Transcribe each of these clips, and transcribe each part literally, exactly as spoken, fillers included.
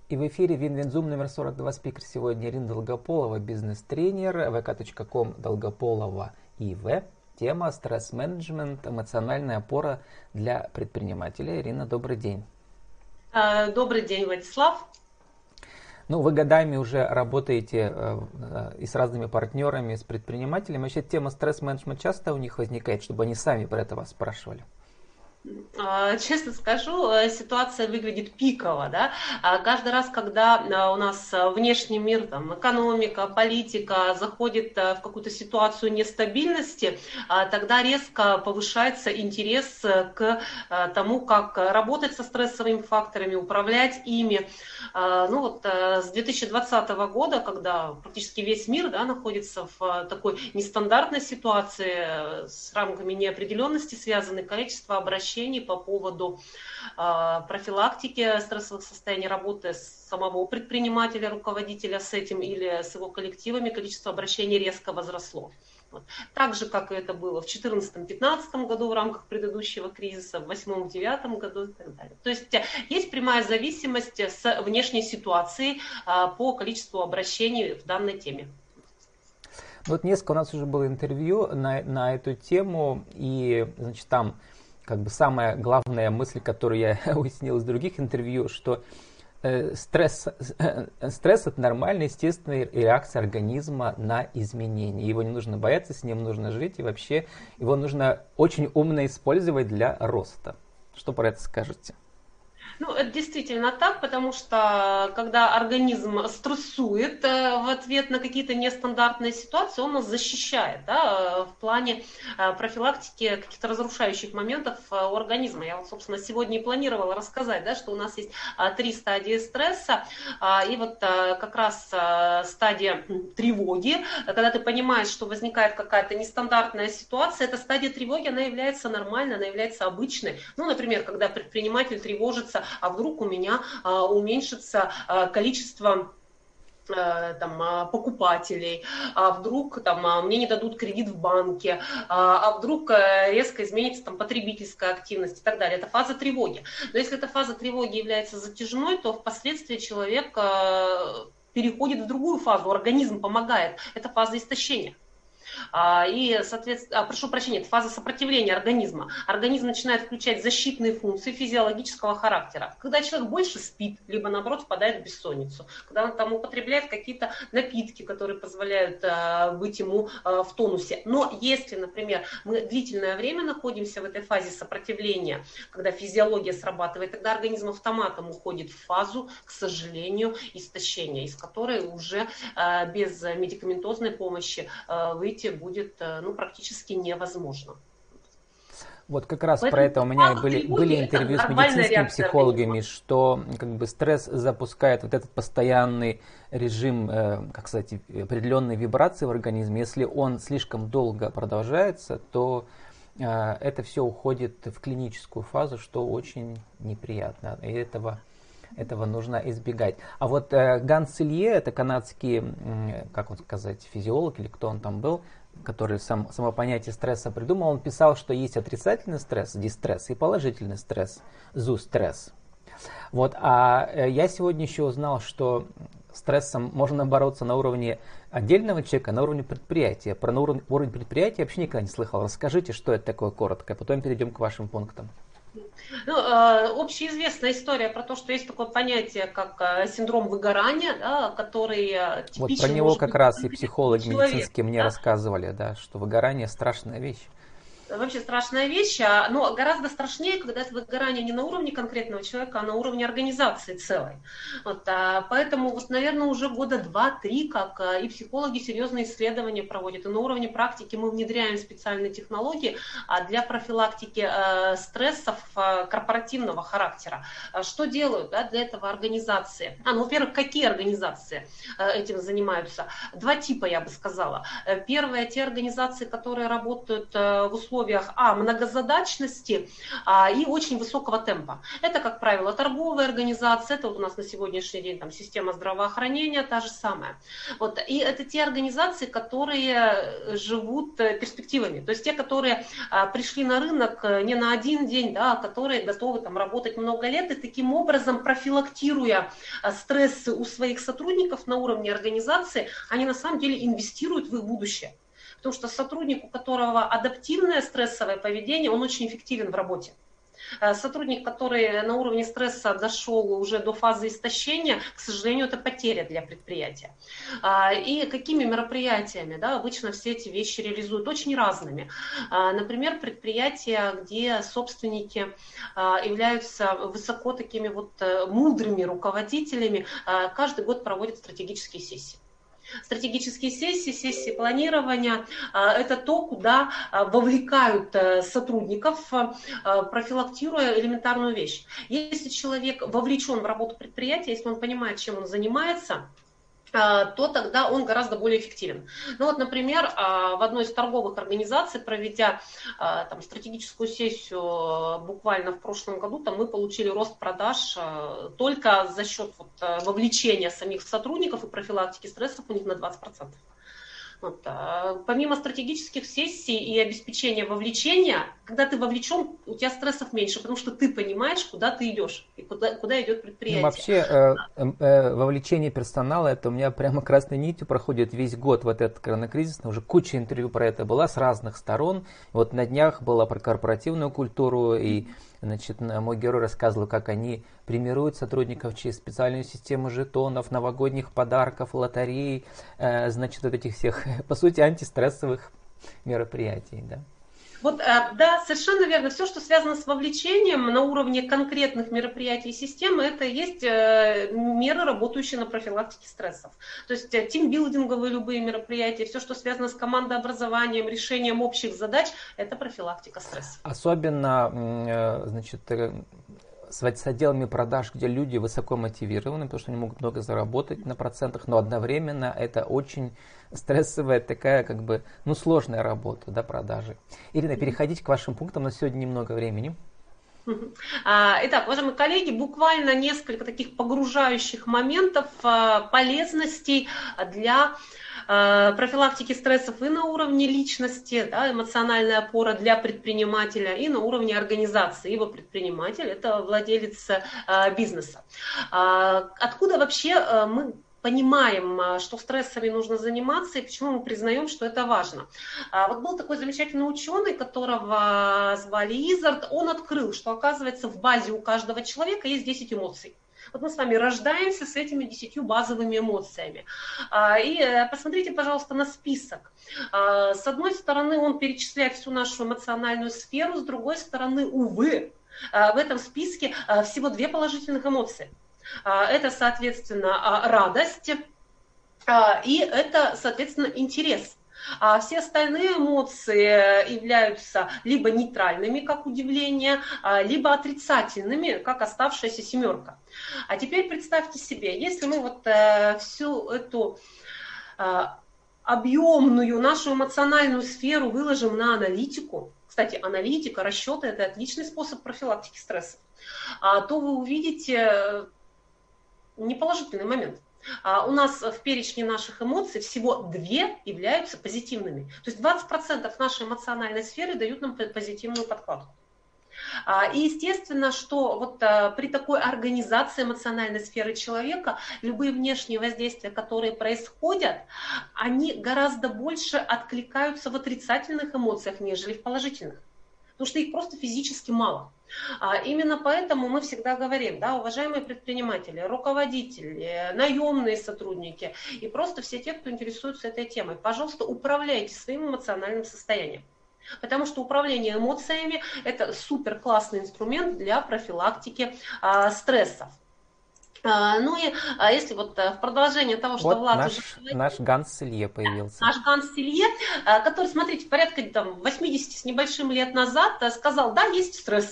И в эфире Винвинзум номер сорок два. Спикер сегодня Ирина Долгополова, бизнес-тренер, вэ ка точка ком Долгополова ИВ. Тема стресс-менеджмент, эмоциональная опора для предпринимателя. Ирина, добрый день. Добрый день, Владислав. Ну, вы годами уже работаете э, э, и с разными партнерами, и с предпринимателями. Вообще тема стресс-менеджмента часто у них возникает, чтобы они сами про это вас спрашивали? Честно скажу, ситуация выглядит пиково, да? Каждый раз, когда у нас внешний мир, там, экономика, политика заходит в какую-то ситуацию нестабильности, тогда резко повышается интерес к тому, как работать со стрессовыми факторами, управлять ими. Ну вот с две тысячи двадцатого года, когда практически весь мир, да, находится в такой нестандартной ситуации, с рамками неопределенности связаны, количество обращений по поводу э, профилактики стрессовых состояний, работы самого предпринимателя, руководителя с этим или с его коллективами, количество обращений резко возросло. Вот. Так же, как и это было в две тысячи четырнадцатом-пятнадцатом году в рамках предыдущего кризиса, в две тысячи восьмом-девятом году и так далее. То есть есть прямая зависимость с внешней ситуацией э, по количеству обращений в данной теме. Вот несколько у нас уже было интервью на, на эту тему, и, значит, там как бы самая главная мысль, которую я уяснил из других интервью, что э, стресс, э, стресс это нормальная, естественная реакция организма на изменения. Его не нужно бояться, с ним нужно жить, и вообще его нужно очень умно использовать для роста. Что про это скажете? Ну, это действительно так, потому что когда организм стрессует в ответ на какие-то нестандартные ситуации, он нас защищает, да, в плане профилактики каких-то разрушающих моментов у организма. Я вот, собственно, сегодня и планировала рассказать, да, что у нас есть три стадии стресса, и вот как раз стадия тревоги, когда ты понимаешь, что возникает какая-то нестандартная ситуация, эта стадия тревоги, она является нормальной, она является обычной. Ну, например, когда предприниматель тревожится, а вдруг у меня а, уменьшится а, количество а, там, покупателей, а вдруг там, а, мне не дадут кредит в банке, а, а вдруг а, резко изменится там, потребительская активность и так далее. Это фаза тревоги. Но если эта фаза тревоги является затяжной, то впоследствии человек а, переходит в другую фазу, организм помогает. Это фаза истощения. И, соответственно, прошу прощения, это фаза сопротивления организма. Организм начинает включать защитные функции физиологического характера. Когда человек больше спит, либо наоборот впадает в бессонницу. Когда он там употребляет какие-то напитки, которые позволяют быть ему в тонусе. Но если, например, мы длительное время находимся в этой фазе сопротивления, когда физиология срабатывает, тогда организм автоматом уходит в фазу, к сожалению, истощения, из которой уже без медикаментозной помощи выйти будет, ну, практически невозможно. Вот как раз Поэтому про это у меня были, были интервью с медицинскими психологами, что как бы стресс запускает вот этот постоянный режим, э, как сказать, определенной вибрации в организме. Если он слишком долго продолжается, то э, это все уходит в клиническую фазу, что очень неприятно. И этого Этого нужно избегать. А вот э, Ганс Илье, это канадский, э, как он сказать, физиолог или кто он там был, который сам, само понятие стресса придумал, он писал, что есть отрицательный стресс, дистресс, и положительный стресс, зустресс. Вот, а э, я сегодня еще узнал, что стрессом можно бороться на уровне отдельного человека, на уровне предприятия. Про на уровень, уровень предприятия я вообще никогда не слыхал. Расскажите, что это такое коротко, а потом перейдем к вашим пунктам. Ну, э, общеизвестная история про то, что есть такое понятие, как э, синдром выгорания, да, который э, типичен. Вот про него как раз и психологи человек, медицинские мне да? рассказывали, да, что выгорание страшная вещь. Вообще страшная вещь, но гораздо страшнее, когда это выгорание не на уровне конкретного человека, а на уровне организации целой. Вот, поэтому, вот, наверное, уже года два-три, как и психологи серьезные исследования проводят, и на уровне практики мы внедряем специальные технологии для профилактики стрессов корпоративного характера. Что делают, да, для этого организации? А, ну, во-первых, какие организации этим занимаются? Два типа, я бы сказала. Первое, те организации, которые работают в условиях условиях а, многозадачности а, и очень высокого темпа. Это, как правило, торговые организации, это вот у нас на сегодняшний день там, система здравоохранения, та же самая. Вот. И это те организации, которые живут перспективами, то есть те, которые а, пришли на рынок не на один день, да, которые готовы там, работать много лет, и таким образом, профилактируя а, стрессы у своих сотрудников на уровне организации, они на самом деле инвестируют в их будущее. Потому что сотрудник, у которого адаптивное стрессовое поведение, он очень эффективен в работе. Сотрудник, который на уровне стресса дошел уже до фазы истощения, к сожалению, это потеря для предприятия. И какими мероприятиями, да, обычно все эти вещи реализуют? Очень разными. Например, предприятия, где собственники являются высоко такими вот мудрыми руководителями, каждый год проводят стратегические сессии. Стратегические сессии, сессии планирования – это то, куда вовлекают сотрудников, профилактируя элементарную вещь. Если человек вовлечен в работу предприятия, если он понимает, чем он занимается, то тогда он гораздо более эффективен. Ну вот, например, в одной из торговых организаций, проведя там, стратегическую сессию буквально в прошлом году, там, мы получили рост продаж только за счет вот, вовлечения самих сотрудников и профилактики стрессов у них на двадцать процентов. Вот. Помимо стратегических сессий и обеспечения вовлечения, когда ты вовлечен, у тебя стрессов меньше, потому что ты понимаешь, куда ты идешь и куда, куда идет предприятие. Ну, вообще э, э, вовлечение персонала, это у меня прямо красной нитью проходит весь год в этот коронакризис. Уже куча интервью про это была с разных сторон. Вот на днях было про корпоративную культуру, и значит, мой герой рассказывал, как они премируют сотрудников через специальную систему жетонов, новогодних подарков, лотерей, э, значит, вот этих всех, по сути, антистрессовых мероприятий, да. Вот, да, совершенно верно. Все, что связано с вовлечением на уровне конкретных мероприятий и системы, это есть меры, работающие на профилактике стрессов. То есть тимбилдинговые любые мероприятия, все, что связано с командообразованием, решением общих задач, это профилактика стрессов. Особенно, значит, с отделами продаж, где люди высоко мотивированы, потому что они могут много заработать на процентах, но одновременно это очень стрессовая такая, как бы, ну, сложная работа, да, продажи. Ирина, переходите к вашим пунктам, на сегодня немного времени. Итак, уважаемые коллеги, буквально несколько таких погружающих моментов, полезностей для профилактики стрессов и на уровне личности, да, эмоциональная опора для предпринимателя, и на уровне организации, ибо предприниматель – это владелец бизнеса. Откуда вообще мы понимаем, что стрессами нужно заниматься, и почему мы признаем, что это важно. Вот был такой замечательный ученый, которого звали Изард, он открыл, что, оказывается, в базе у каждого человека есть десять эмоций. Вот мы с вами рождаемся с этими десятью базовыми эмоциями. И посмотрите, пожалуйста, на список. С одной стороны, он перечисляет всю нашу эмоциональную сферу, с другой стороны, увы, в этом списке всего две положительных эмоции. Это, соответственно, радость и это, соответственно, интерес. А все остальные эмоции являются либо нейтральными, как удивление, либо отрицательными, как оставшаяся семерка. А теперь представьте себе, если мы вот всю эту объемную нашу эмоциональную сферу выложим на аналитику, кстати, аналитика, расчеты – это отличный способ профилактики стресса, то вы увидите неположительный момент. У нас в перечне наших эмоций всего две являются позитивными. То есть двадцать процентов нашей эмоциональной сферы дают нам позитивную подкладку. И естественно, что вот при такой организации эмоциональной сферы человека любые внешние воздействия, которые происходят, они гораздо больше откликаются в отрицательных эмоциях, нежели в положительных. Потому что их просто физически мало. А именно поэтому мы всегда говорим, да, уважаемые предприниматели, руководители, наемные сотрудники и просто все те, кто интересуется этой темой, пожалуйста, управляйте своим эмоциональным состоянием. Потому что управление эмоциями – это супер классный инструмент для профилактики а, стрессов. А, ну и а если вот в продолжение того, что вот Влад наш, уже говорил, наш Ганс Селье появился. Наш Ганс Селье, который, смотрите, порядка там, восемьдесят с небольшим лет назад сказал, да, есть стресс.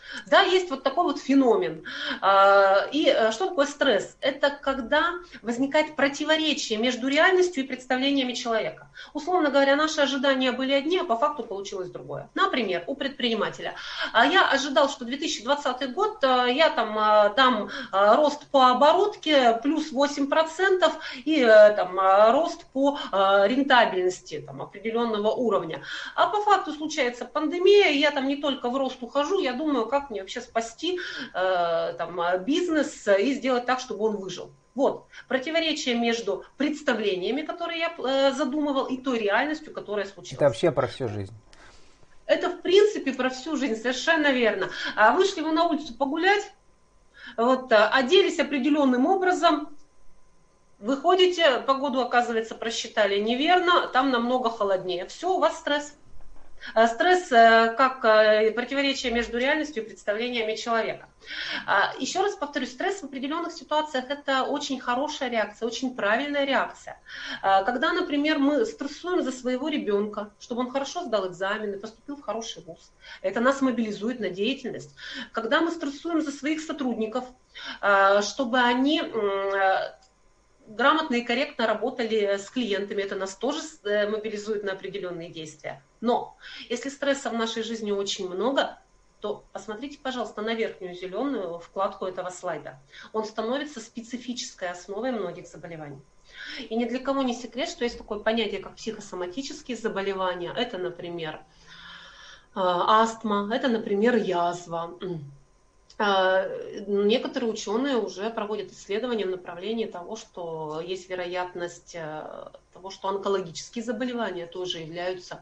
Да, есть вот такой вот феномен. И что такое стресс? Это когда возникает противоречие между реальностью и представлениями человека. Условно говоря, наши ожидания были одни, а по факту получилось другое. Например, у предпринимателя. Я ожидал, что две тысячи двадцатый год я там дам рост по оборотке плюс восемь процентов и там, рост по рентабельности там, определенного уровня. А по факту случается пандемия, и я там не только в рост ухожу, я думаю, как мне вообще спасти э, там, бизнес и сделать так, чтобы он выжил. Вот, противоречие между представлениями, которые я э, задумывал, и той реальностью, которая случилась. Это вообще про всю жизнь. Это в принципе про всю жизнь, совершенно верно. А вышли вы на улицу погулять, вот, оделись определенным образом, выходите, погоду, оказывается, просчитали неверно, там намного холоднее. Все, у вас стресс. Стресс как противоречие между реальностью и представлениями человека. Еще раз повторюсь, стресс в определенных ситуациях это очень хорошая реакция, очень правильная реакция. Когда, например, мы стрессуем за своего ребенка, чтобы он хорошо сдал экзамены, поступил в хороший вуз, это нас мобилизует на деятельность. Когда мы стрессуем за своих сотрудников, чтобы они грамотно и корректно работали с клиентами, это нас тоже мобилизует на определенные действия. Но если стресса в нашей жизни очень много, то посмотрите, пожалуйста, на верхнюю зеленую вкладку этого слайда. Он становится специфической основой многих заболеваний. И ни для кого не секрет, что есть такое понятие, как психосоматические заболевания. Это, например, астма, это, например, язва. Некоторые ученые уже проводят исследования в направлении того, что есть вероятность того, что онкологические заболевания тоже являются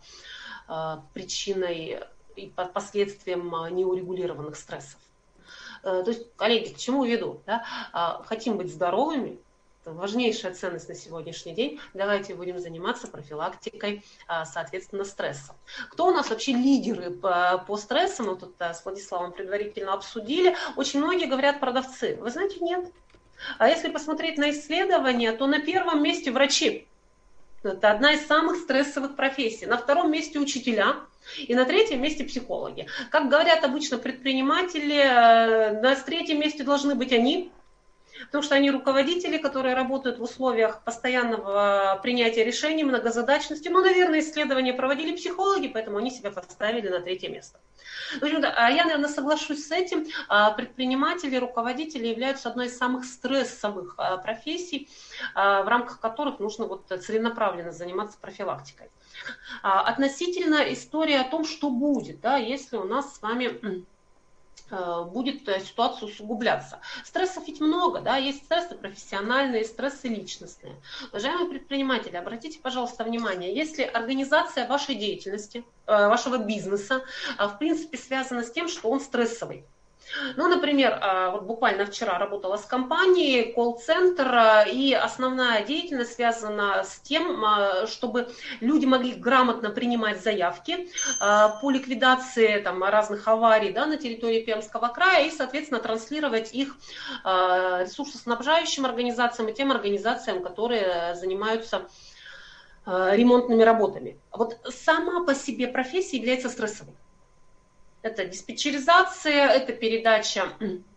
причиной и последствием неурегулированных стрессов. То есть, коллеги, к чему веду? Да? Хотим быть здоровыми, это важнейшая ценность на сегодняшний день. Давайте будем заниматься профилактикой, соответственно, стресса. Кто у нас вообще лидеры по, по стрессам? Мы тут с Владиславом предварительно обсудили. Очень многие говорят продавцы. Вы знаете, нет. А если посмотреть на исследования, то на первом месте врачи. Это одна из самых стрессовых профессий. На втором месте учителя. И на третьем месте психологи. Как говорят обычно предприниматели, на третьем месте должны быть они. Потому что они руководители, которые работают в условиях постоянного принятия решений, многозадачности. Ну, наверное, исследования проводили психологи, поэтому они себя поставили на третье место. Я, наверное, соглашусь с этим. Предприниматели, руководители являются одной из самых стрессовых профессий, в рамках которых нужно вот целенаправленно заниматься профилактикой. Относительно истории о том, что будет, да, если у нас с вами будет ситуация усугубляться. Стрессов ведь много, да, есть стрессы профессиональные, стрессы личностные. Уважаемые предприниматели, обратите, пожалуйста, внимание, если организация вашей деятельности, вашего бизнеса, в принципе, связана с тем, что он стрессовый. Ну, например, вот буквально вчера работала с компанией, колл-центр, и основная деятельность связана с тем, чтобы люди могли грамотно принимать заявки по ликвидации там, разных аварий, да, на территории Пермского края и, соответственно, транслировать их ресурсоснабжающим организациям и тем организациям, которые занимаются ремонтными работами. Вот сама по себе профессия является стрессовой. Это диспетчеризация, это передача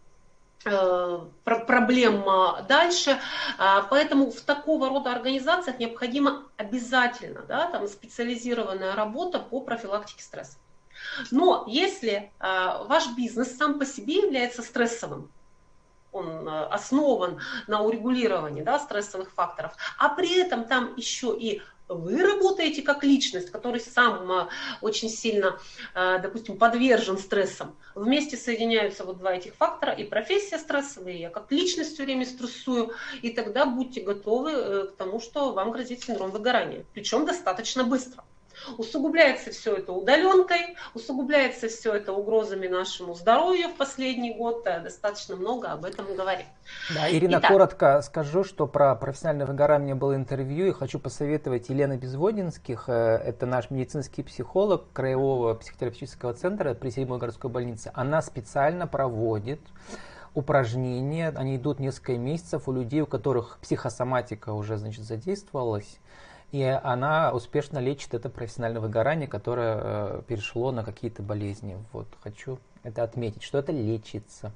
э, проблем дальше. Поэтому в такого рода организациях необходима обязательно, да, там, специализированная работа по профилактике стресса. Но если э, ваш бизнес сам по себе является стрессовым, он основан на урегулировании, да, стрессовых факторов, а при этом там еще и вы работаете как личность, который сам очень сильно, допустим, подвержен стрессам. Вместе соединяются вот два этих фактора, и профессия стрессовая, и я как личность все время стрессую, и тогда будьте готовы к тому, что вам грозит синдром выгорания, причем достаточно быстро. Усугубляется все это удаленкой, усугубляется все это угрозами нашему здоровью в последний год. Достаточно много об этом говорим. Да, Ирина, Итак. коротко скажу, что про профессиональное выгорание было интервью, и хочу посоветовать Елены Безводинских. Это наш медицинский психолог Краевого психотерапевтического центра при седьмой городской больнице. Она специально проводит упражнения, они идут несколько месяцев у людей, у которых психосоматика уже, значит, задействовалась. И она успешно лечит это профессиональное выгорание, которое э, перешло на какие-то болезни. Вот, хочу это отметить, что это лечится.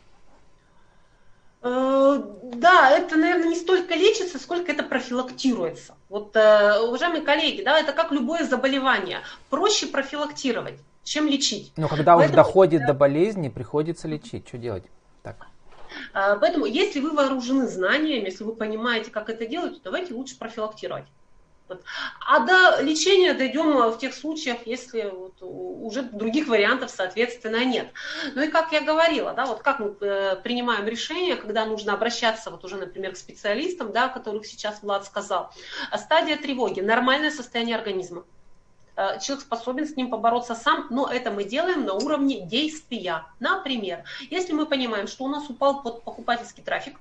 Да, это, наверное, не столько лечится, сколько это профилактируется. Вот, уважаемые коллеги, да, это как любое заболевание. Проще профилактировать, чем лечить. Но когда Поэтому, уж доходит да, до болезни, приходится лечить. Что делать? Так. Поэтому, если вы вооружены знаниями, если вы понимаете, как это делать, то давайте лучше профилактировать. Вот. А до лечения дойдем в тех случаях, если вот уже других вариантов, соответственно, нет. Ну и как я говорила, да, вот как мы принимаем решение, когда нужно обращаться, вот уже, например, к специалистам, да, о которых сейчас Влад сказал. Стадия тревоги, нормальное состояние организма. Человек способен с ним побороться сам, но это мы делаем на уровне действия. Например, если мы понимаем, что у нас упал покупательский трафик,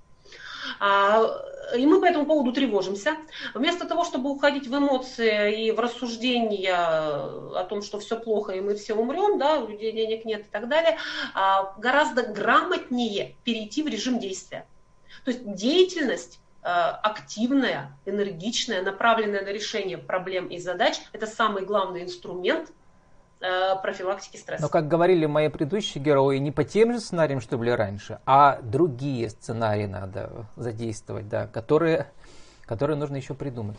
и мы по этому поводу тревожимся. Вместо того, чтобы уходить в эмоции и в рассуждения о том, что все плохо и мы все умрем, да, у людей денег нет и так далее, гораздо грамотнее перейти в режим действия. То есть деятельность активная, энергичная, направленная на решение проблем и задач – это самый главный инструмент профилактики стресса. Но, как говорили мои предыдущие герои, не по тем же сценариям, что были раньше, а другие сценарии надо задействовать, да, которые, которые нужно еще придумать.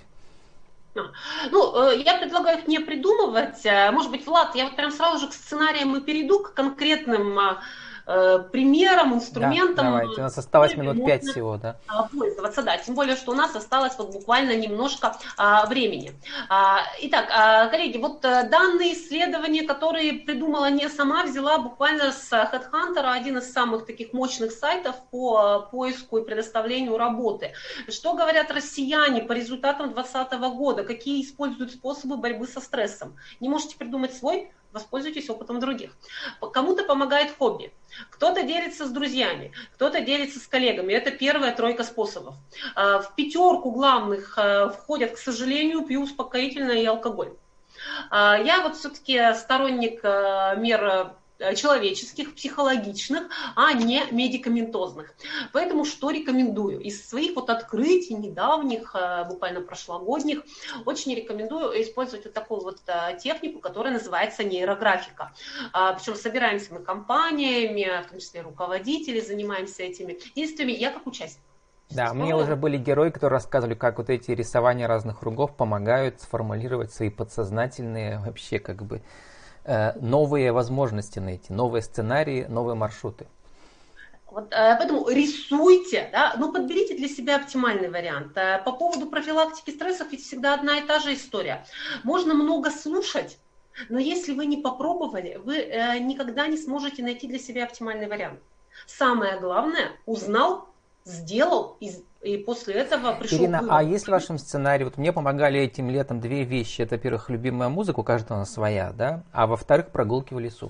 Ну, я предлагаю их не придумывать. Может быть, Влад, я вот прям сразу же к сценариям и перейду, к конкретным примером, инструментом. Да, давайте, у нас осталось минут пять всего, да. Пользоваться, да, тем более, что у нас осталось вот буквально немножко а, времени. А, итак, а, коллеги, вот а, данные исследования, которые придумала не сама, взяла буквально с HeadHunter, один из самых таких мощных сайтов по а, поиску и предоставлению работы. Что говорят россияне по результатам двадцатого года? Какие используют способы борьбы со стрессом? Не можете придумать свой? Воспользуйтесь опытом других. Кому-то помогает хобби, кто-то делится с друзьями, кто-то делится с коллегами. Это первая тройка способов. В пятерку главных входят, к сожалению, пью успокоительное и алкоголь. Я вот все-таки сторонник мер человеческих, психологичных, а не медикаментозных. Поэтому что рекомендую? Из своих вот открытий недавних, буквально прошлогодних, очень рекомендую использовать вот такую вот технику, которая называется нейрографика. Причем собираемся мы компаниями, в том числе руководители, занимаемся этими действиями. Я как участник. Да, мне уже были герои, которые рассказывали, как вот эти рисования разных кругов помогают сформулировать свои подсознательные вообще как бы новые возможности найти, новые сценарии, новые маршруты. Вот, поэтому рисуйте, да, но подберите для себя оптимальный вариант. По поводу профилактики стрессов ведь всегда одна и та же история. Можно много слушать, но если вы не попробовали, вы никогда не сможете найти для себя оптимальный вариант. Самое главное, узнал, сделал и, и после этого пришел Ирина, к выводу. а есть в вашем сценарии, вот мне помогали этим летом две вещи. Это, во-первых, любимая музыка, у каждого она своя, да? А во-вторых, прогулки в лесу.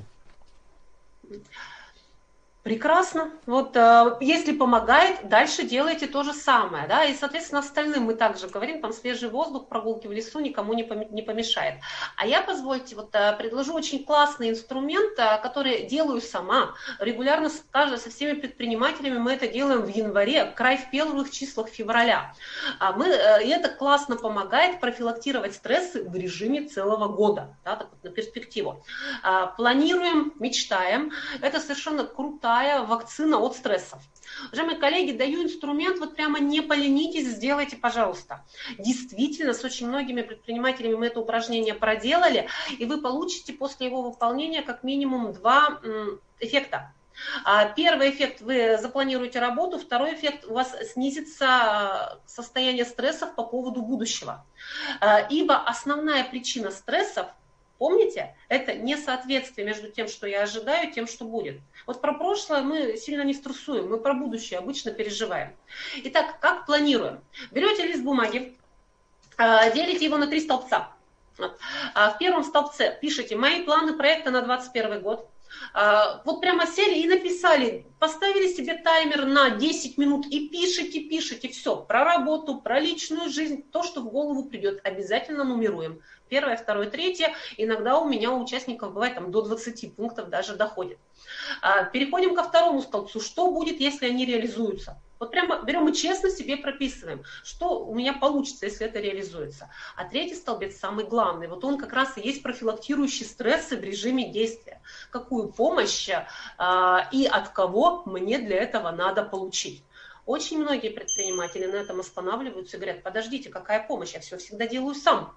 Прекрасно. Вот э, если помогает, дальше делайте то же самое, да, и, соответственно, остальным мы также говорим, там свежий воздух, прогулки в лесу никому не помешает. А я, позвольте, вот э, предложу очень классный инструмент, э, который делаю сама, регулярно с, каждый, со всеми предпринимателями мы это делаем в январе, край в первых числах февраля. А мы, э, и это классно помогает профилактировать стрессы в режиме целого года, да, так вот, на перспективу. А, планируем, мечтаем, это совершенно круто. Вакцина от стрессов. Уважаемые коллеги, даю инструмент, вот прямо не поленитесь, сделайте, пожалуйста. Действительно, с очень многими предпринимателями мы это упражнение проделали, и вы получите после его выполнения как минимум два эффекта. Первый эффект, вы запланируете работу, второй эффект, у вас снизится состояние стрессов по поводу будущего. Ибо основная причина стрессов, помните, это несоответствие между тем, что я ожидаю, и тем, что будет. Вот про прошлое мы сильно не стрессуем, мы про будущее обычно переживаем. Итак, как планируем? Берете лист бумаги, делите его на три столбца. В первом столбце пишите «Мои планы проекта на двадцать первый год». Вот прямо сели и написали, поставили себе таймер на десять минут и пишите, пишите все про работу, про личную жизнь, то, что в голову придет, обязательно нумеруем. Первое, второе, третье. Иногда у меня у участников бывает там до двадцати пунктов даже доходит. Переходим ко второму столбцу. Что будет, если они реализуются? Вот прямо берем и честно себе прописываем, что у меня получится, если это реализуется. А третий столбец самый главный. Вот он как раз и есть профилактирующий стрессы в режиме действия. Какую помощь а, и от кого мне для этого надо получить. Очень многие предприниматели на этом останавливаются и говорят: подождите, какая помощь, я все всегда делаю сам.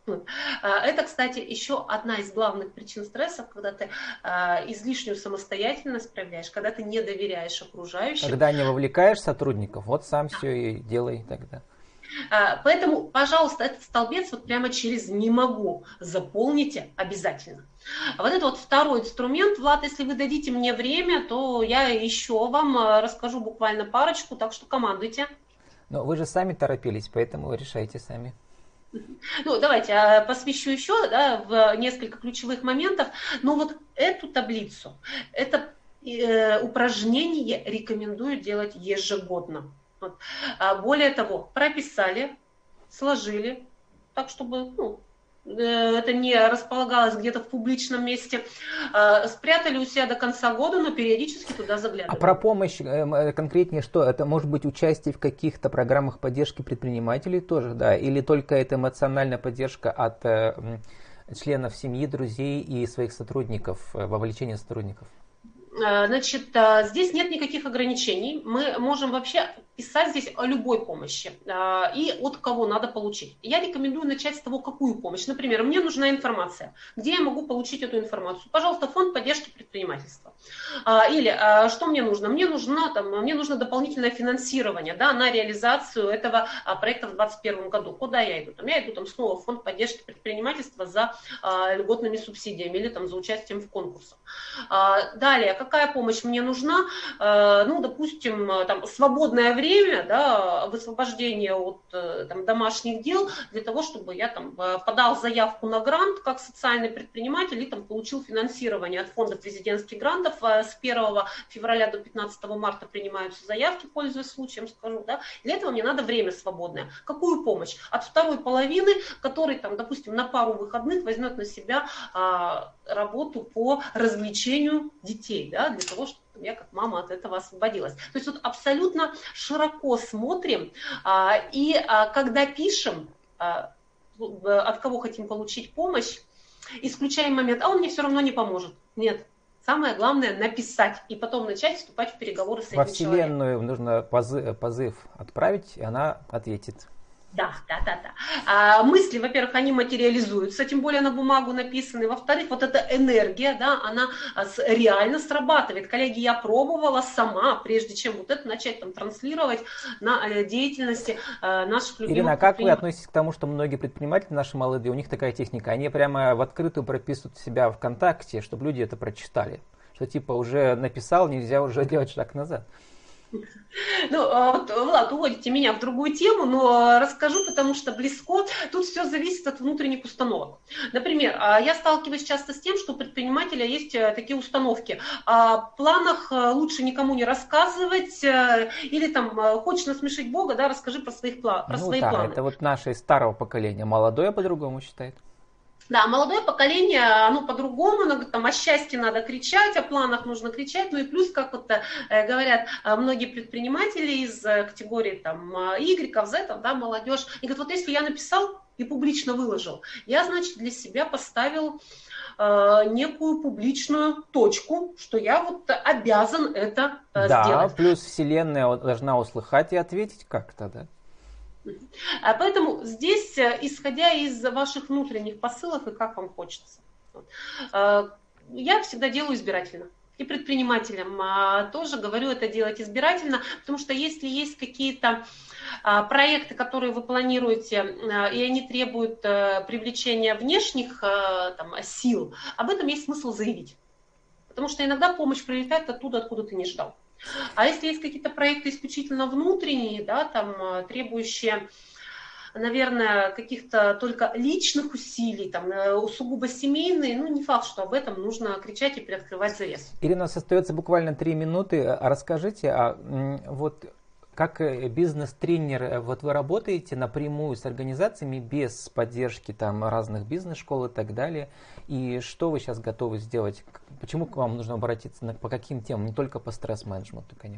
Это, кстати, еще одна из главных причин стрессов, когда ты э, излишнюю самостоятельность проявляешь, когда ты не доверяешь окружающим. Когда не вовлекаешь сотрудников, вот сам все и делай тогда. Поэтому, пожалуйста, этот столбец вот прямо через «не могу» заполните обязательно. Вот это вот второй инструмент. Влад, если вы дадите мне время, то я еще вам расскажу буквально парочку, так что командуйте. Но вы же сами торопились, поэтому решайте сами. Ну, давайте посвящу еще, да, в несколько ключевых моментов. Но вот эту таблицу, это э, упражнение рекомендую делать ежегодно. Вот. Более того, прописали, сложили, так чтобы ну, это не располагалось где-то в публичном месте, спрятали у себя до конца года, но периодически туда заглядывали. А про помощь конкретнее что? Это может быть участие в каких-то программах поддержки предпринимателей тоже, да? Или только это эмоциональная поддержка от членов семьи, друзей и своих сотрудников, вовлечение сотрудников? Значит, здесь нет никаких ограничений. Мы можем вообще писать здесь о любой помощи и от кого надо получить. Я рекомендую начать с того, какую помощь. Например, мне нужна информация. Где я могу получить эту информацию? Пожалуйста, фонд поддержки предпринимательства. Или что мне нужно? Мне нужно, там, мне нужно дополнительное финансирование, да, на реализацию этого проекта в двадцать первом году. Куда я иду? Там, я иду там, снова в фонд поддержки предпринимательства за льготными субсидиями или там, за участием в конкурсах. Далее, какая помощь мне нужна? Ну, допустим, там, свободное время, время, да, высвобождение от там, домашних дел для того, чтобы я там подал заявку на грант как социальный предприниматель и там получил финансирование от фонда президентских грантов. С первого февраля до пятнадцатого марта принимаются заявки, пользуясь случаем, скажу, да. Для этого мне надо время свободное. Какую помощь? От второй половины, который там, допустим, на пару выходных возьмет на себя а, работу по развлечению детей, да, для того, чтобы я как мама от этого освободилась. То есть вот абсолютно широко смотрим, а, и а, когда пишем, а, от кого хотим получить помощь, исключаем момент, а он мне все равно не поможет. Нет. Самое главное написать и потом начать вступать в переговоры с этим человеком. Во Вселенную человеком. Нужно позыв, позыв отправить, и она ответит. Да, да, да, да. А, мысли, во-первых, они материализуются, тем более на бумагу написаны. Во-вторых, вот эта энергия, да, она реально срабатывает. Коллеги, я пробовала сама, прежде чем вот это начать там транслировать на деятельности э, наших любимых. Ирина, а как вы относитесь к тому, что многие предприниматели, наши молодые, у них такая техника, они прямо в открытую прописывают себя ВКонтакте, чтобы люди это прочитали? Что типа уже написал, нельзя уже делать шаг назад. Ну, вот, Влад, уводите меня в другую тему, но расскажу, потому что близко. Тут все зависит от внутренних установок. Например, я сталкиваюсь часто с тем, что у предпринимателя есть такие установки. О планах лучше никому не рассказывать, или там, хочешь насмешить Бога, да, расскажи про, своих, про ну, свои да, планы. Это вот наше из старого поколения. Молодое по-другому считает. Да, молодое поколение, оно по-другому, оно говорит, там, о счастье надо кричать, о планах нужно кричать, ну и плюс, как вот э, говорят э, многие предприниматели из э, категории там Y, Z, да, молодежь, и говорят, вот если я написал и публично выложил, я, значит, для себя поставил э, некую публичную точку, что я вот обязан это э, да, сделать. Да, плюс Вселенная должна услыхать и ответить как-то, да. Поэтому здесь, исходя из ваших внутренних посылов и как вам хочется, я всегда делаю избирательно. И предпринимателям тоже говорю это делать избирательно, потому что если есть какие-то проекты, которые вы планируете, и они требуют привлечения внешних там, сил, об этом есть смысл заявить. Потому что иногда помощь прилетает оттуда, откуда ты не ждал. А если есть какие-то проекты исключительно внутренние, да, там, требующие, наверное, каких-то только личных усилий, там, сугубо семейные, ну, не факт, что об этом нужно кричать и приоткрывать завес. Ирина, у нас остается буквально три минуты. Расскажите, а вот как бизнес-тренер, вот вы работаете напрямую с организациями без поддержки там разных бизнес-школ и так далее, и что вы сейчас готовы сделать? Почему к вам нужно обратиться, по каким темам, не только по стресс-менеджменту, конечно?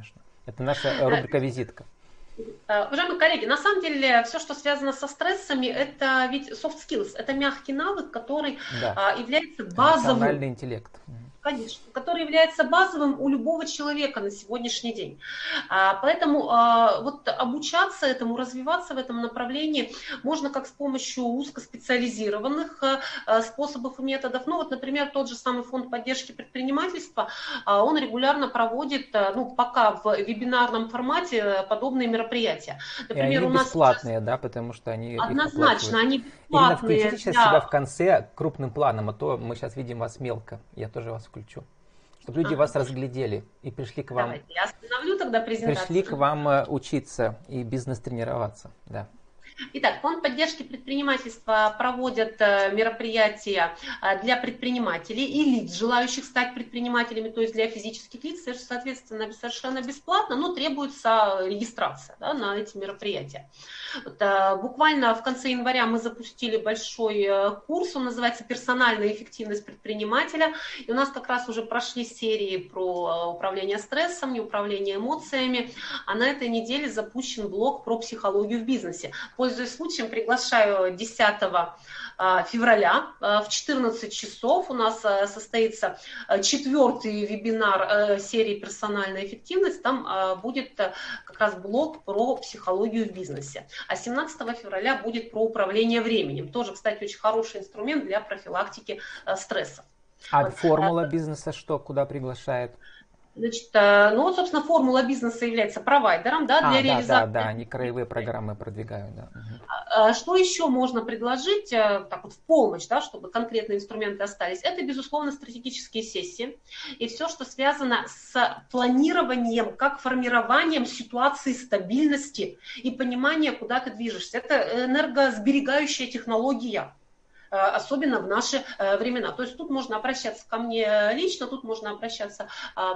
Это наша рубрика-визитка. Уважаемые коллеги, на самом деле все, что связано со стрессами, это ведь soft skills, это мягкий навык, который да. является базовым. Эмоциональный интеллект. Конечно, который является базовым у любого человека на сегодняшний день. Поэтому вот обучаться этому, развиваться в этом направлении можно как с помощью узкоспециализированных способов и методов. Ну вот, например, тот же самый фонд поддержки предпринимательства, он регулярно проводит, ну пока в вебинарном формате, подобные мероприятия. Например, и они у нас бесплатные, сейчас... да, потому что они однозначно, они бесплатные. Именно включите сейчас для... себя в конце крупным планом, а то мы сейчас видим вас мелко. Я тоже вас включу. Чтобы люди ага. вас разглядели и пришли к вам. Давайте, я остановлю тогда презентацию. Пришли к вам учиться и бизнес-тренироваться. Да. Итак, фонд поддержки предпринимательства проводит мероприятия для предпринимателей и лиц, желающих стать предпринимателями, то есть для физических лиц, соответственно, совершенно бесплатно, но требуется регистрация, да, на эти мероприятия. Вот, буквально в конце января мы запустили большой курс, он называется «Персональная эффективность предпринимателя», и у нас как раз уже прошли серии про управление стрессом, не управление эмоциями, а на этой неделе запущен блок про психологию в бизнесе. Пользуясь случаем, приглашаю десятого февраля в четырнадцать часов у нас состоится четвертый вебинар серии «Персональная эффективность». Там будет как раз блок про психологию в бизнесе. А семнадцатого февраля будет про управление временем. Тоже, кстати, очень хороший инструмент для профилактики стрессов. А вот. Формула бизнеса что, куда приглашает? Значит, ну вот, собственно, формула бизнеса является провайдером, да, для а, реализации. Да, да, да, они краевые программы продвигают, да. Что еще можно предложить, так вот в помощь, да, чтобы конкретные инструменты остались? Это, безусловно, стратегические сессии и все, что связано с планированием, как формированием ситуации стабильности и понимания, куда ты движешься. Это энергосберегающая технология. Особенно в наши времена. То есть тут можно обращаться ко мне лично, тут можно обращаться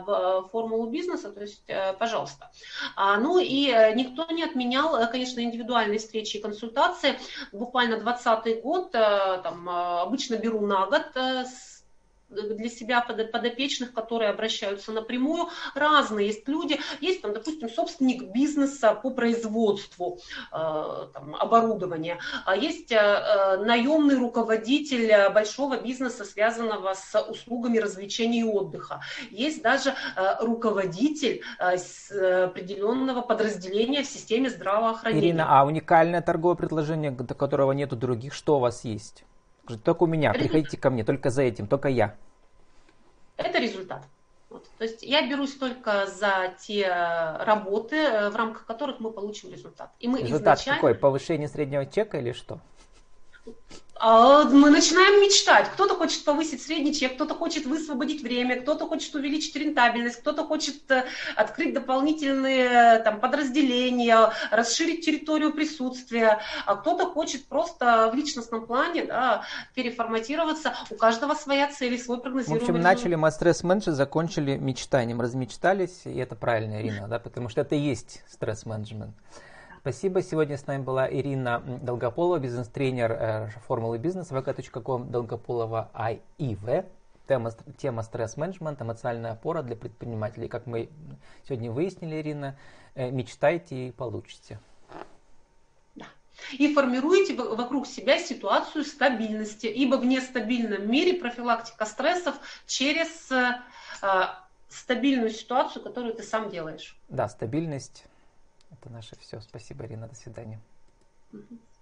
в формулу бизнеса, то есть, пожалуйста. Ну и никто не отменял, конечно, индивидуальные встречи и консультации. Буквально двадцатый год, там, обычно беру на год с для себя подопечных, которые обращаются напрямую. Разные есть люди. Есть, там, допустим, собственник бизнеса по производству э, там, оборудования. А есть э, наемный руководитель большого бизнеса, связанного с услугами развлечений и отдыха. Есть даже э, руководитель э, с определенного подразделения в системе здравоохранения. Ирина, а уникальное торговое предложение, до которого нету других, что у вас есть? Только у меня, приходите ко мне, только за этим, только я. Это результат. Вот. То есть я берусь только за те работы, в рамках которых мы получим результат. И мы результат изначально... какой? Повышение среднего чека или что? Мы начинаем мечтать. Кто-то хочет повысить средний чек, кто-то хочет высвободить время, кто-то хочет увеличить рентабельность, кто-то хочет открыть дополнительные там, подразделения, расширить территорию присутствия, а кто-то хочет просто в личностном плане, да, переформатироваться. У каждого своя цель и свой прогнозируемый результат. В общем, начали мы стресс-менеджмент, закончили мечтанием, размечтались, и это правильно, Ирина, да, потому что это и есть стресс-менеджмент. Спасибо. Сегодня с нами была Ирина Долгополова, бизнес-тренер формулы бизнеса, вэ ка точка ком, Долгополова ай и ви. Тема, тема стресс-менеджмент, эмоциональная опора для предпринимателей. Как мы сегодня выяснили, Ирина, мечтайте и получите. Да. И формируете вокруг себя ситуацию стабильности, ибо в нестабильном мире профилактика стрессов через э, стабильную ситуацию, которую ты сам делаешь. Да, стабильность. Это наше все. Спасибо, Ирина. До свидания. Угу.